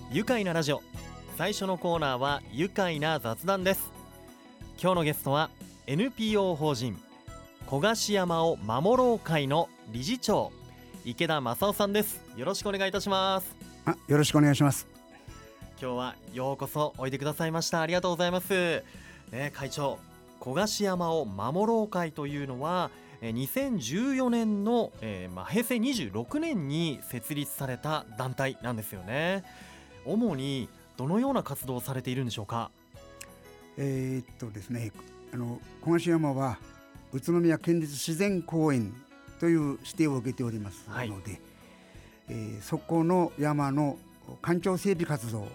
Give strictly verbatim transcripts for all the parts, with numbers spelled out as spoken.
愉快なラジオ。最初のコーナーは愉快な雑談です。今日のゲストは エヌピーオー 法人小菓子山を守ろう会の理事長池田正夫さんです。よろしくお願いいたします。 あ、よろしくお願いします。 今日はようこそおいでくださいました。ありがとうございます、ね、会長、小菓子山を守ろう会というのはにせんじゅうよねんの、えーまあ、へいせいにじゅうろくねんに設立された団体なんですよね。主にどのような活動をされているんでしょうか。 えー、っとですねあの小菓子山は宇都宮県立自然公園という指定を受けておりますので、はい、えー、そこの山の環境整備活動、うん、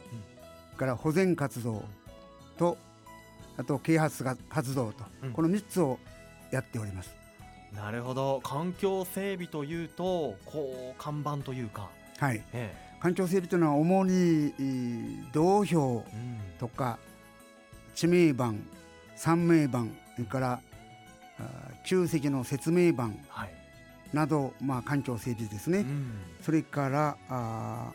から保全活動と、あと啓発活動と、うん、このみっつをやっております。 なるほど。環境整備というとこう看板というか、 はい、ええ、環境整備というのは主に道標とか、うん、地名板、山名板、それから旧跡の説明板など、はい、まあ、環境整備ですね、うん、それからあ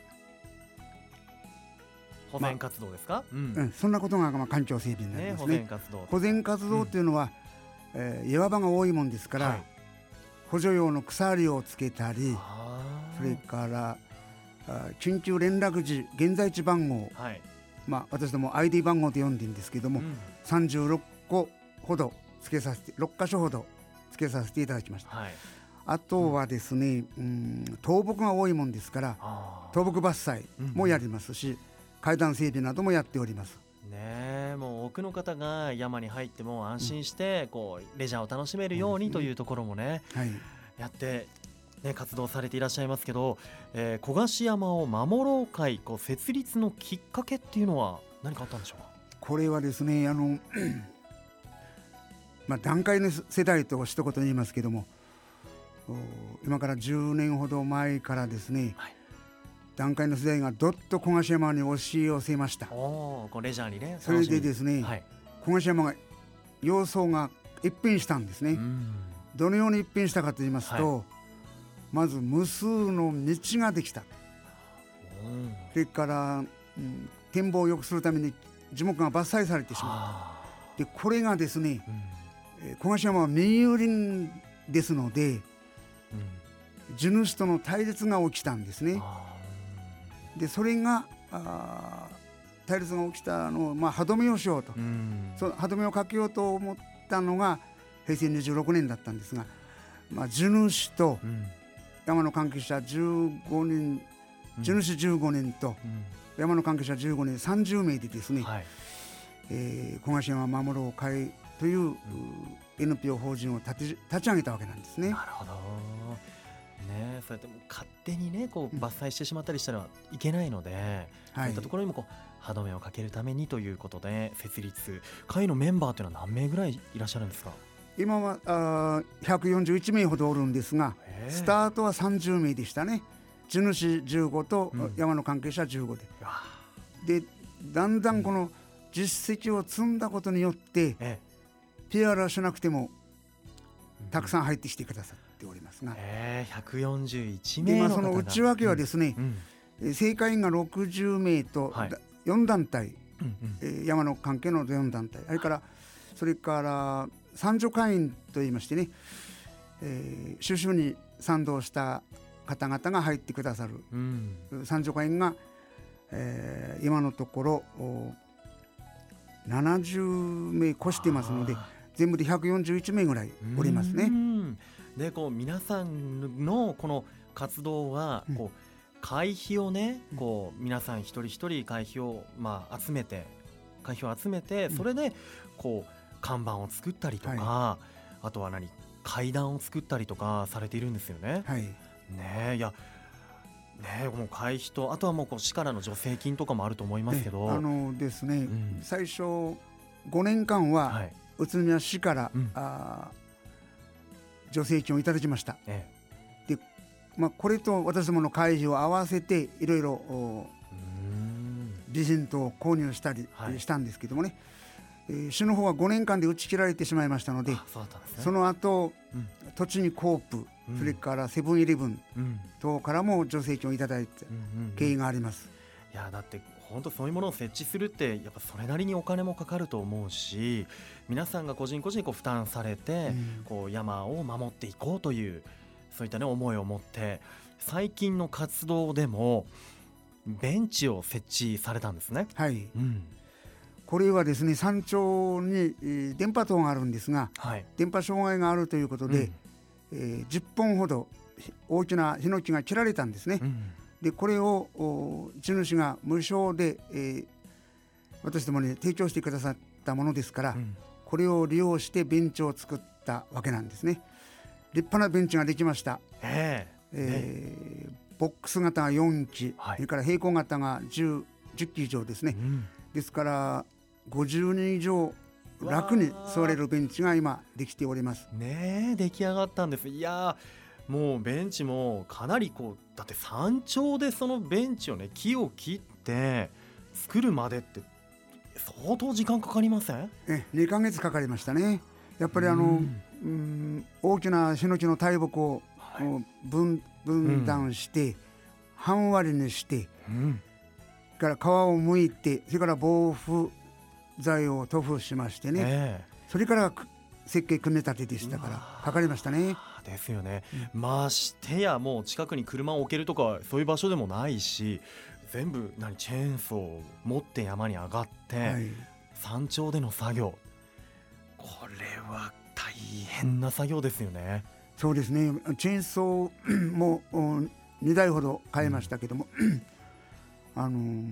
保全活動ですか、 まあ、うんうん、そんなことが、まあ、環境整備になりますね。 ね、保全活動保全活動というのは、うん、えー、岩場が多いもんですから、はい、補助用の鎖をつけたり、それから緊急連絡時現在地番号、はい、まあ、私ども アイディー 番号と呼んでるんですけども、うん、さんじゅうろっこほどつけさせてろっかしょほどつけさせていただきました、はい、あとはですね、うん、倒木が多いもんですから倒木伐採もやりますし、うん、階段整備などもやっておりますね。もう多くの方が山に入っても安心してこうレジャーを楽しめるようにというところもね、はい、やってね、活動されていらっしゃいますけど、えー、小菓子山を守ろう会こう設立のきっかけっていうのは何かあったんでしょうか。 これはですね、あの、まあ、団塊の世代と一言言いますけども、今からじゅうねんほど前からですね、はい、団塊の世代がどっと小菓子山に押し寄せました。 おこうレジャーにね。 それでですね、はい、小菓子山が様相が一変したんですね。どのように一変したかと言いますと、はい、まず無数の道ができた。それから、うん、展望を良くするために樹木が伐採されてしまった。でこれがですね、うん、えー、小菓子山は民有林ですので、うん、地主との対立が起きたんですね。でそれがあ対立が起きたのを、まあ、歯止めをしようと、うん、その歯止めをかけようと思ったのがへいせいにじゅうろくねんだったんですが、まあ、地主と、うん、山の関係者じゅうごにん、地主じゅうごにんと、うん、山の関係者じゅうごにんさんじゅうめいでですね、はい、えー、小菓子山守ろう会という、うん、エヌピーオー 法人を立て立ち上げたわけなんですね。 なるほどね。そうやっても勝手にねこう伐採してしまったりしたらいけないので、うん、そういったところにもこう歯止めをかけるためにということで設立。会のメンバーというのは何名ぐらいいらっしゃるんですか。 今はあひゃくよんじゅういちめいほどおるんですが、スタートはさんじゅうめいでしたね。地主じゅうごと山の関係者じゅうごで、うん、でだんだんこの実績を積んだことによって、うん、ピーアール はしなくてもたくさん入ってきてくださっておりますが、 えー、ひゃくよんじゅういちめいの方が、 で、まあ、その内訳はですね、うんうん、正会員がろくじゅうめいとよんだんたい、うんうん、えー、山の関係のよんだんたい、それからそれから賛助会員といいましてね、えー、収集に賛同した方々が入ってくださる、うん、賛助会員が、えー、今のところななじゅうめい越していますので、全部でひゃくよんじゅういちめいぐらいおりますね。 うん、でこう皆さんのこの活動はこう、うん、会費をねこう皆さん一人一人会費を、まあ、集めて会費を集めて、それでこう看板を作ったりとか、はい、あとは何階段を作ったりとかされているんですよね。はい、ねえ、いやねえ、もう会費とあとはもうこう市からの助成金とかもあると思いますけど、 あのですね、うん、最初ごねんかんは、はい、宇都宮市から、うん、あ助成金をいただきました。ええ、で、まあ、これと私どもの会費を合わせていろいろ備品等を購入したりしたんですけどもね、はい、えー、市の方はごねんかんで打ち切られてしまいましたので、 そ, うだったんですね。その後、うん、土地にコープ、それからセブンイレブン等からも助成金をいただいた経緯があります。 いやだって本当そういうものを設置するってやっぱそれなりにお金もかかると思うし、皆さんが個人個人こう負担されて、うん、こう山を守っていこうというそういったね思いを持って最近の活動でもベンチを設置されたんですね。 はい、 うん、 これはですね山頂に、えー、電波塔があるんですが、はい、電波障害があるということで、うん、えー、じゅっぽんほど大きなヒノキが切られたんですね。うん、でこれを地主が無償で、えー、私どもに提供してくださったものですから、うん、これを利用してベンチを作ったわけなんですね。立派なベンチができました。えーえー、ボックス型がよんき、はい、それから平行型が 10, 10機以上ですね、うん、ですからごじゅうにん以上楽に座れるベンチが今できておりますね。え出来上がったんです。いやもうベンチもかなりこうだって山頂でそのベンチをね木を切って作るまでって相当時間かかりません？ えにかげつかかりましたね。やっぱりあの、うんうん、大きなヒノキの大木を、はい、分, 分断して、うん、半割りにして、うん、から皮を剥いてそれから防腐剤を塗布しましてね、えー、それから設計組み立てでしたからかかりましたね。 ですよね、うん、ましてやもう近くに車を置けるとかそういう場所でもないし全部何チェーンソーを持って山に上がって、はい、山頂での作業これは大変な作業ですよね。 そうですね。チェーンソーもにだいほど買いましたけども、うん、あのー、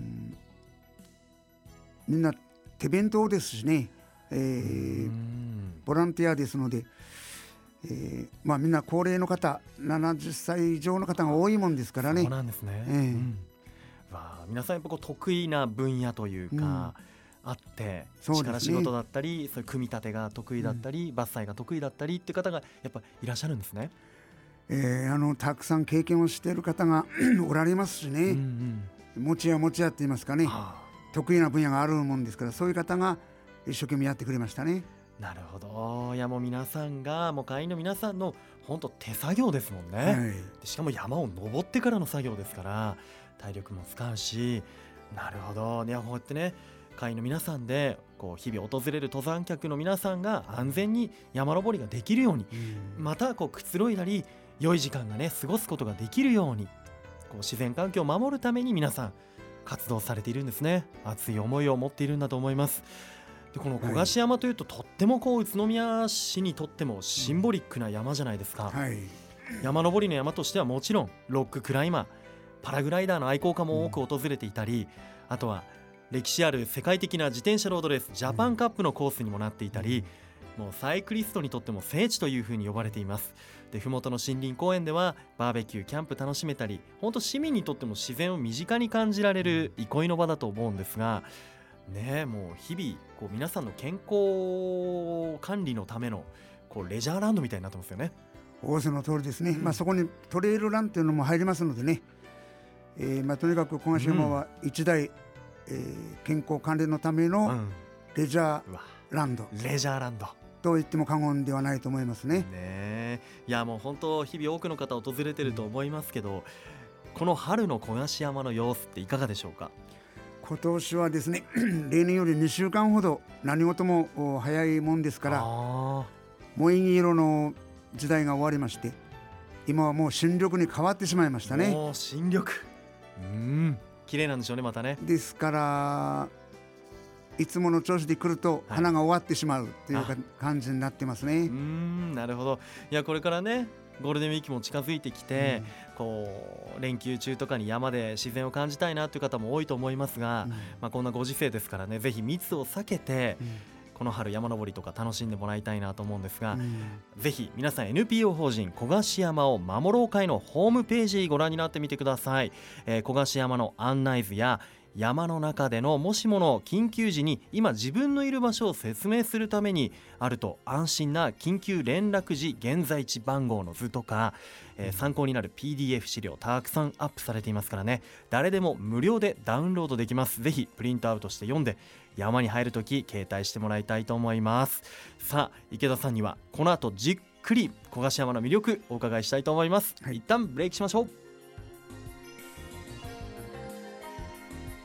みんな手弁当ですしね、えー、ボランティアですので、えーまあ、みんな高齢の方ななじゅっさい以上の方が多いもんですからね。 そうなんですね、えーうん、わ皆さんやっぱこう得意な分野というか、うん、あって力仕事だったりそういう組み立てが得意だったり、うん、伐採が得意だったりっていう方がやっぱいらっしゃるんですね。 えー、あのたくさん経験をしている方がおられますしね、うんうん、持ちや持ちやって言いますかね、はあ、得意な分野があるもんですからそういう方が一生懸命やってくれましたね。 なるほど。いやもう皆さんがもう会員の皆さんの本当手作業ですもんね、はい、しかも山を登ってからの作業ですから体力も使うし、なるほど。いやこうやってね会員の皆さんでこう日々訪れる登山客の皆さんが安全に山登りができるように、うん、またこうくつろいだり良い時間がね過ごすことができるようにこう自然環境を守るために皆さん活動されているんですね。熱い思いを持っているんだと思います。でこの古賀志山というと、はい、とってもこう宇都宮市にとってもシンボリックな山じゃないですか、はい、山登りの山としてはもちろんロッククライマーパラグライダーの愛好家も多く訪れていたり、うん、あとは歴史ある世界的な自転車ロードレースジャパンカップのコースにもなっていたり、うん、もうサイクリストにとっても聖地というふうに呼ばれています。で麓の森林公園ではバーベキューキャンプ楽しめたり本当市民にとっても自然を身近に感じられる憩いの場だと思うんですがね、もう日々こう皆さんの健康管理のためのこうレジャーランドみたいになってますよね。 仰せの通りですね、うんまあ、そこにトレイルランというのも入りますのでね、えーまあ、とにかく古賀志山は一大、うんえー、健康管理のためのレジャーランド、 うん、レジャーランドと言っても過言ではないと思いますね。 ねいやもう本当日々多くの方訪れてると思いますけど、うん、この春の古賀志山の様子っていかがでしょうか？ 今年はですね例年よりにしゅうかんほど何事も早いもんですから燃え木色の時代が終わりまして今はもう新緑に変わってしまいましたね。 もう新緑うん綺麗なんでしょうねまたね。 ですからいつもの調子で来ると花が終わってしまうというか、はい、感じになってますね。 うーんなるほど。いやこれからねゴールデンウィークも近づいてきて、うん、こう連休中とかに山で自然を感じたいなという方も多いと思いますが、うんまあ、こんなご時世ですからねぜひ密を避けて、うん、この春山登りとか楽しんでもらいたいなと思うんですが、うん、ぜひ皆さん エヌピーオー 法人古賀志山を守ろう会のホームページご覧になってみてください、えー、古賀志山の案内図や山の中でのもしもの緊急時に今自分のいる場所を説明するためにあると安心な緊急連絡時現在地番号の図とか、えー、参考になる ピーディーエフ 資料たくさんアップされていますからね誰でも無料でダウンロードできます。ぜひプリントアウトして読んで山に入るとき携帯してもらいたいと思います。さあ池田さんにはこの後じっくり古賀志山の魅力お伺いしたいと思います、はい、一旦ブレイクしましょう。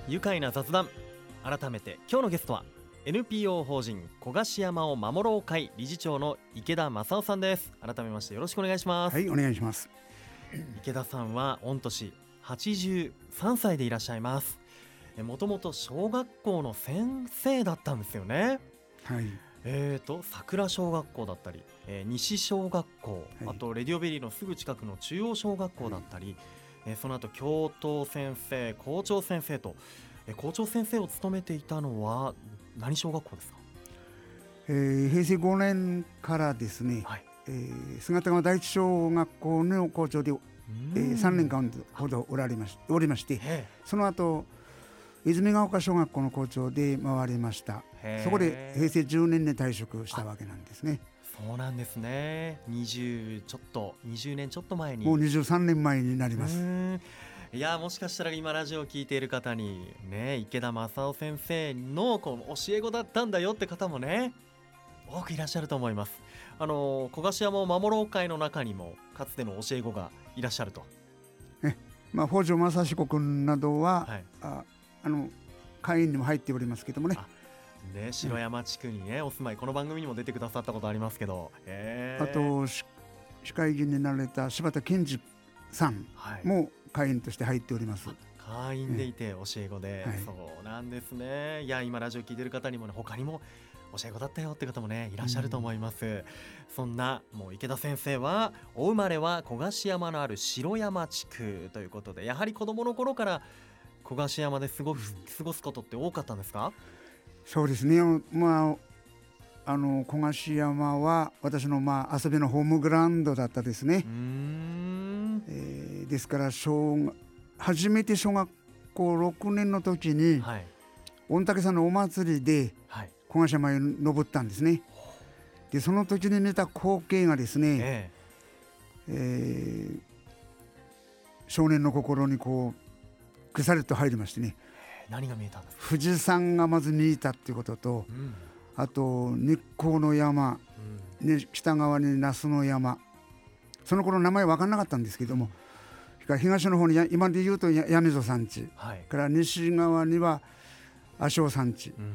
愉快な雑談。改めて今日のゲストは エヌピーオー 法人小菓子山を守ろう会理事長の池田正夫さんです。改めましてよろしくお願いします。 はい、お願いします。 池田さんは御年はちじゅうさんさいでいらっしゃいます。もともと小学校の先生だったんですよね。 はい。 えーと桜小学校だったり、えー、西小学校、はい、あとレディオベリーのすぐ近くの中央小学校だったり、はい、えー、その後教頭先生、校長先生と、えー、校長先生を務めていたのは何小学校ですか？ えー、へいせいごねんからですね、はい、えー、姿川第一小学校の校長で、えー、さんねんかんほどおられまし、おりまして、その後泉ヶ丘小学校の校長で回りました。そこでへいせいじゅうねんで退職したわけなんですね。 そうなんですね。にじゅうちょっとにじゅうねんちょっと前に、 もうにじゅうさんねんまえになります。 いや、もしかしたら今ラジオを聞いている方にね、池田正夫先生のこの教え子だったんだよって方もね、多くいらっしゃると思います。あの小菓子山を守ろう会の中にもかつての教え子がいらっしゃると。 え、まあ、北条正彦君などは、はい、ああの会員にも入っておりますけどもね。 ね、城山地区にね、お住まい、この番組にも出てくださったことありますけど、へあと市会議員になられた柴田健二さんも会員として入っております。はい、 会員でいて教え子で、はい、そうなんですね。いや、今ラジオ聞いてる方にもね、他にも教え子だったよって方もねいらっしゃると思います。うん、そんなもう池田先生はお生まれは小菓子山のある城山地区ということで、やはり子どもの頃から小菓子山で過ごす、過ごすことって多かったんですか？ そうですね、まあ、あの小菓子山は私のまあ遊びのホームグラウンドだったですね。うーん、えー、ですから小初めて小学校ろくねんの時に、はい、御嶽山のお祭りで小菓子山へ登ったんですね。でその時に見た光景がですね、えーえー、少年の心にこうぐさりと入りましてね。 何が見えたんですか？ 富士山がまず見えたっていうことと、うん、あと日光の山、うん、北側に那須の山、その頃名前分からなかったんですけども、東の方に今で言うと八女座山地、はい、から西側には阿蘇山地、うん、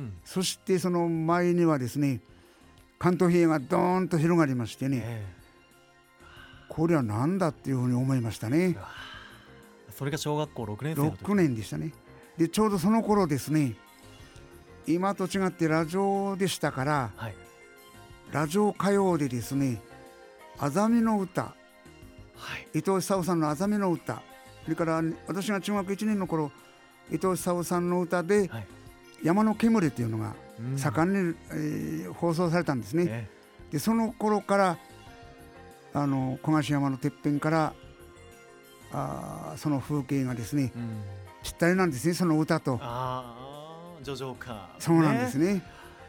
そしてその前にはですね関東平野がドーンと広がりましてね、えー、これは何だっていうふうに思いましたね。 それが小学校ろくねん生の時。 ろくねんでしたね。でちょうどその頃ですね、今と違ってラジオでしたから、はい、ラジオ歌謡でですねあざみの歌、はい、伊藤久夫さんのあざみの歌、それから私が中学いちねんの頃伊藤久夫さんの歌で、はい、山の煙というのが盛んに、えー、放送されたんですね。えー、でその頃からあの小菓子山のてっぺんからあその風景がですね、うん、ぴったりなんですね、その歌と。 ああ、叙情歌、 そうなんですね。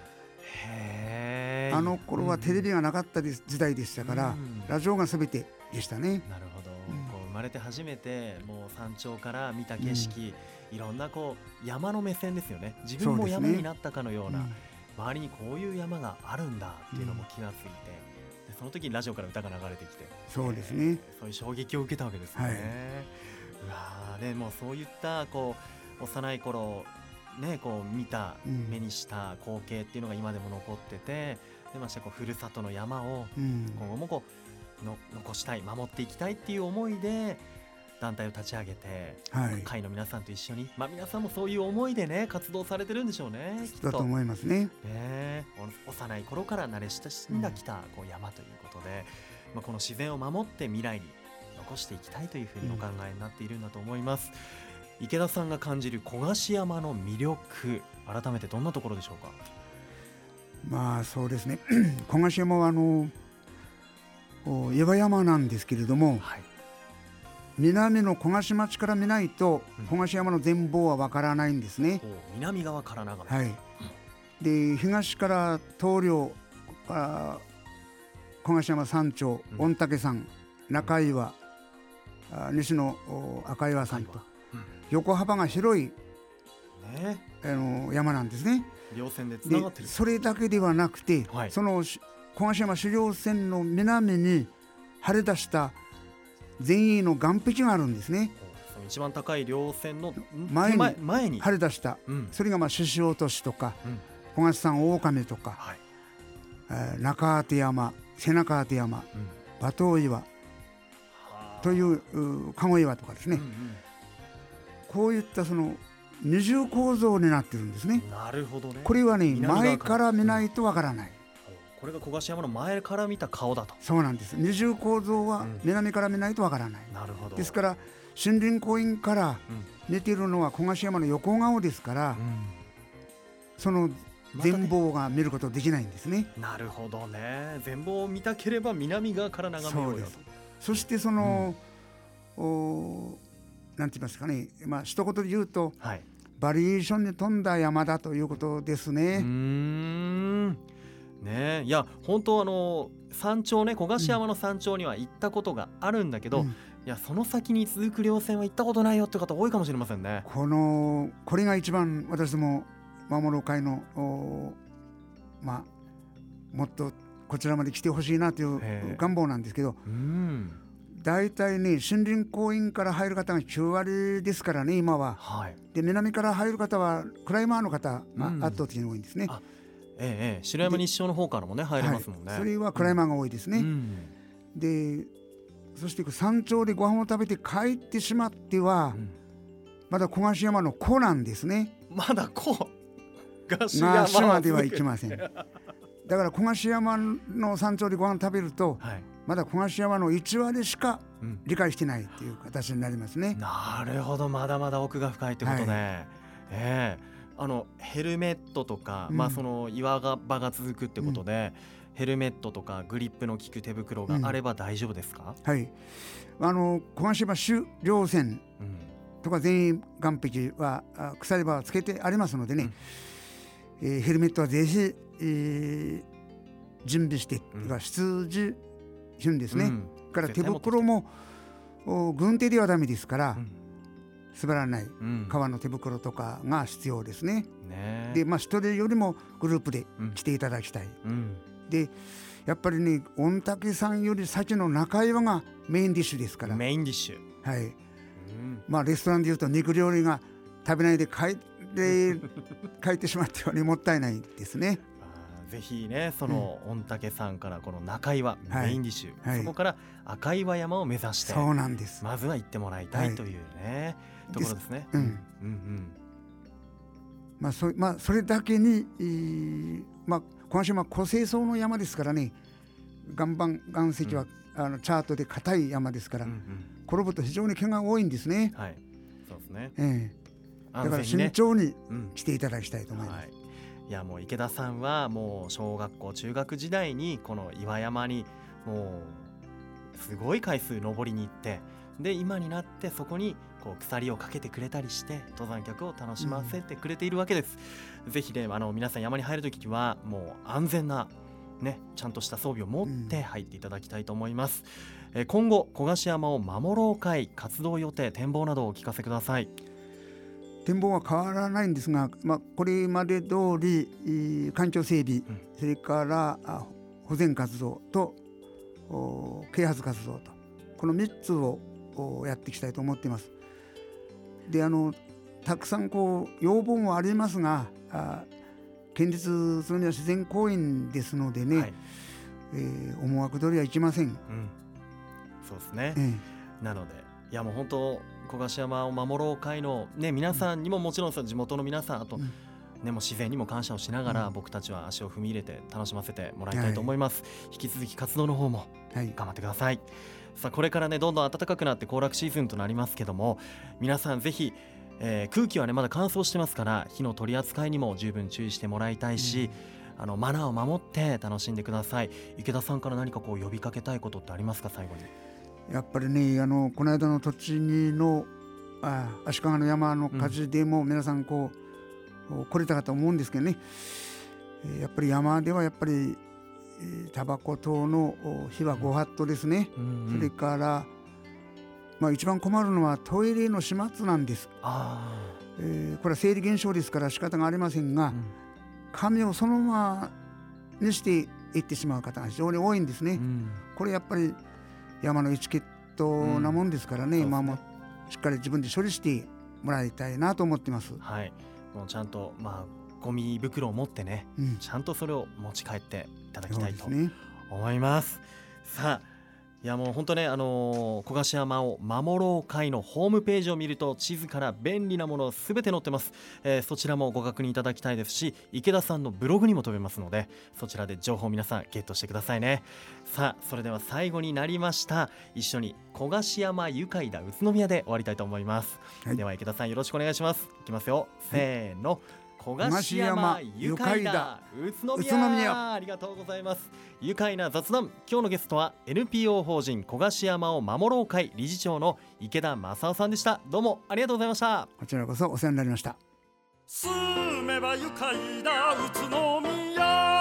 へあの頃はテレビがなかった時代でしたから、うん、ラジオが全てでしたね。 なるほど、うん、こう生まれて初めてもう山頂から見た景色、うん、いろんなこう山の目線ですよね。自分も山になったかのような、う、ね、うん、周りにこういう山があるんだっていうのも気がついて、でその時にラジオから歌が流れてきて、 そうですね、 えー、そういう衝撃を受けたわけですね。はい、うわでもそういったこう幼い頃ね、こう見た、うん、目にした光景っていうのが今でも残ってて、でましてこうふるさとの山を今後もこうの残したい、守っていきたいっていう思いで団体を立ち上げて、はい、会の皆さんと一緒に、まあ、皆さんもそういう思いでね活動されてるんでしょうね。 だと思いますね。 ね、幼い頃から慣れ親しんだきたこう山ということで、うん、まあ、この自然を守って未来に残していきたいというふうにお考えになっているんだと思います。うん、池田さんが感じる小菓子山の魅力、改めてどんなところでしょうか？ まあそうですね小菓子山はあの岩山なんですけれども、はい、南の小菓子町から見ないと小菓子山の全貌はわからないんですね。 うん、南側から長野、 はい、で東から東稜、あ小菓子山山頂、うん、御嶽山、中岩、うん、西の赤岩山と、うん、横幅が広い、ね、あの山なんですね。 稜線でつながってる。 それだけではなくて、はい、その小菓子山主稜線の南に張り出した善意の岩壁があるんですね。 一番高い稜線の前に前前に張り出した、うん、それがまあ獅子落としとか、うん、小勝山大亀とか、はい、えー、中当山背中当山、うん、馬頭岩という籠岩とかですね、うんうん、こういったその二重構造になってるんですね。 なるほどね。 これはね前から見ないとわからない、うん、 これが小樫山の前から見た顔だと。 そうなんです。二重構造は南から見ないとわからない、うん、 なるほど。 ですから森林公園から見ているのは小樫山の横顔ですから、うん、その全貌が見ることできないんですね。 なるほどね。全貌を見たければ南側から眺めようよと。そうです。 そしてその、うん、おなんて言いますかね、まあ一言で言うと、はい、バリエーションに富んだ山だということですね。 うーんね、いや本当あの山頂ね、小樫山の山頂には行ったことがあるんだけど、うん、いやその先に続く稜線は行ったことないよって方多いかもしれませんね。 このこれが一番私ども守ろう会のまあもっとこちらまで来てほしいなという願望なんですけど、うん、だいたいね森林公園から入る方がきゅうわりですからね今は、はい、で南から入る方はクライマーの方が圧倒的に多いんですね、うん、あええ、白山日照の方からもね入れますもんね、 はい、それはクライマーが多いですね、うん、でそして山頂でご飯を食べて帰ってしまっては、うん、まだ小樫山の子なんですね。 まだ子が島では行きません。だから小樫山の山頂でご飯食べると、はい、まだ小樫山のいちわりしか理解してないという形になりますね、うん、 なるほど。まだまだ奥が深いってことね、はい、えーあのヘルメットとか、うん、まあ、その岩場が続くってことで、うん、ヘルメットとかグリップの効く手袋があれば大丈夫ですか？ うん、はい、あの小樫山主稜線とか全員岸壁は鎖場をつけてありますのでね、うん、えー、ヘルメットはぜひ、えー、準備して、うん、必需品ですね、うん、から手袋も軍手ではダメですから、うん、滑らない革の手袋とかが必要ですね、うん、ねで、まあ、一人よりもグループで来ていただきたい、うん、でやっぱりね御嶽山より先の中岩がメインディッシュですから。 メインディッシュ、 はい、うん、まあ、レストランでいうと肉料理が食べないで帰って帰ってしまっては、ね、もったいないですね。 ぜひねその御嶽山からこの中岩、うん、メインディッシュ、はい、そこから赤岩山を目指して、 そうなんです、 まずは行ってもらいたいというね、はい、ところですね。 うんうんうん、まあ そ, まあ、それだけに、まあ、小樫山は湖西層の山ですからね、岩盤岩石は、うん、あのチャートで硬い山ですから、うんうん、転ぶと非常に怪我が多いんですね。はい、そうですね、えー、だから慎重に来ていただきたいと思います、うん、はい。 いやもう池田さんはもう小学校中学時代にこの岩山にもうすごい回数登りに行って、で今になってそこにこう鎖をかけてくれたりして登山客を楽しませてくれているわけです、うん、ぜひねあの皆さん山に入るときはもう安全なねちゃんとした装備を持って入っていただきたいと思います、うん、え今後小樫山を守ろう会活動予定展望などをお聞かせください。 展望は変わらないんですが、まあ、これまで通り環境整備、うん、それから保全活動と啓発活動とこのみっつをやっていきたいと思っています。であのたくさんこう要望もありますが、あ県立鶴見自然公園ですのでね、はい、えー、思惑通りはいきません、うん、 そうですね、ええ、なのでいやもう本当小樫山を守ろう会の、ね、皆さんにももちろん地元の皆さんあと、うんね、もう自然にも感謝をしながら、うん、僕たちは足を踏み入れて楽しませてもらいたいと思います、はい、引き続き活動の方も頑張ってください、はい、さあこれからねどんどん暖かくなって行楽シーズンとなりますけども、皆さんぜひ、えー、空気はねまだ乾燥してますから火の取り扱いにも十分注意してもらいたいし、うん、あのマナーを守って楽しんでください。池田さんから何かこう呼びかけたいことってありますか？最後にやっぱりねあのこの間の栃木のあ足利の山の火事でも皆さんこう、うん、来れたかと思うんですけどね、やっぱり山ではやっぱりタバコ等の火はご法度ですね、うんうんうん、それから、まあ、一番困るのはトイレの始末なんです。あ、えー、これは生理現象ですから仕方がありませんが、うん、紙をそのままにしていってしまう方が非常に多いんですね、うん、これやっぱり山のエチケットなもんですからね、うん、守っしっかり自分で処理してもらいたいなと思ってます。 はい、もうちゃんとまあゴミ袋を持ってね、うん、ちゃんとそれを持ち帰っていただきたいと思います。さあ、いやもう本当ね、あのー、小菓子山を守ろう会のホームページを見ると地図から便利なものすべて載ってます、えー、そちらもご確認いただきたいですし、池田さんのブログにも飛べますので、そちらで情報を皆さんゲットしてくださいね。さあ、それでは最後になりました。一緒に小菓子山愉快だ宇都宮で終わりたいと思います、はい、では池田さんよろしくお願いします。いきますよ、せーの、はい、小菓子山愉快だ宇都宮。ありがとうございます。愉快な雑談、今日のゲストは エヌピーオー 法人小菓子山を守ろう会理事長の池田正夫さんでした。どうもありがとうございました。 こちらこそお世話になりました。 住めば愉快だ宇都宮。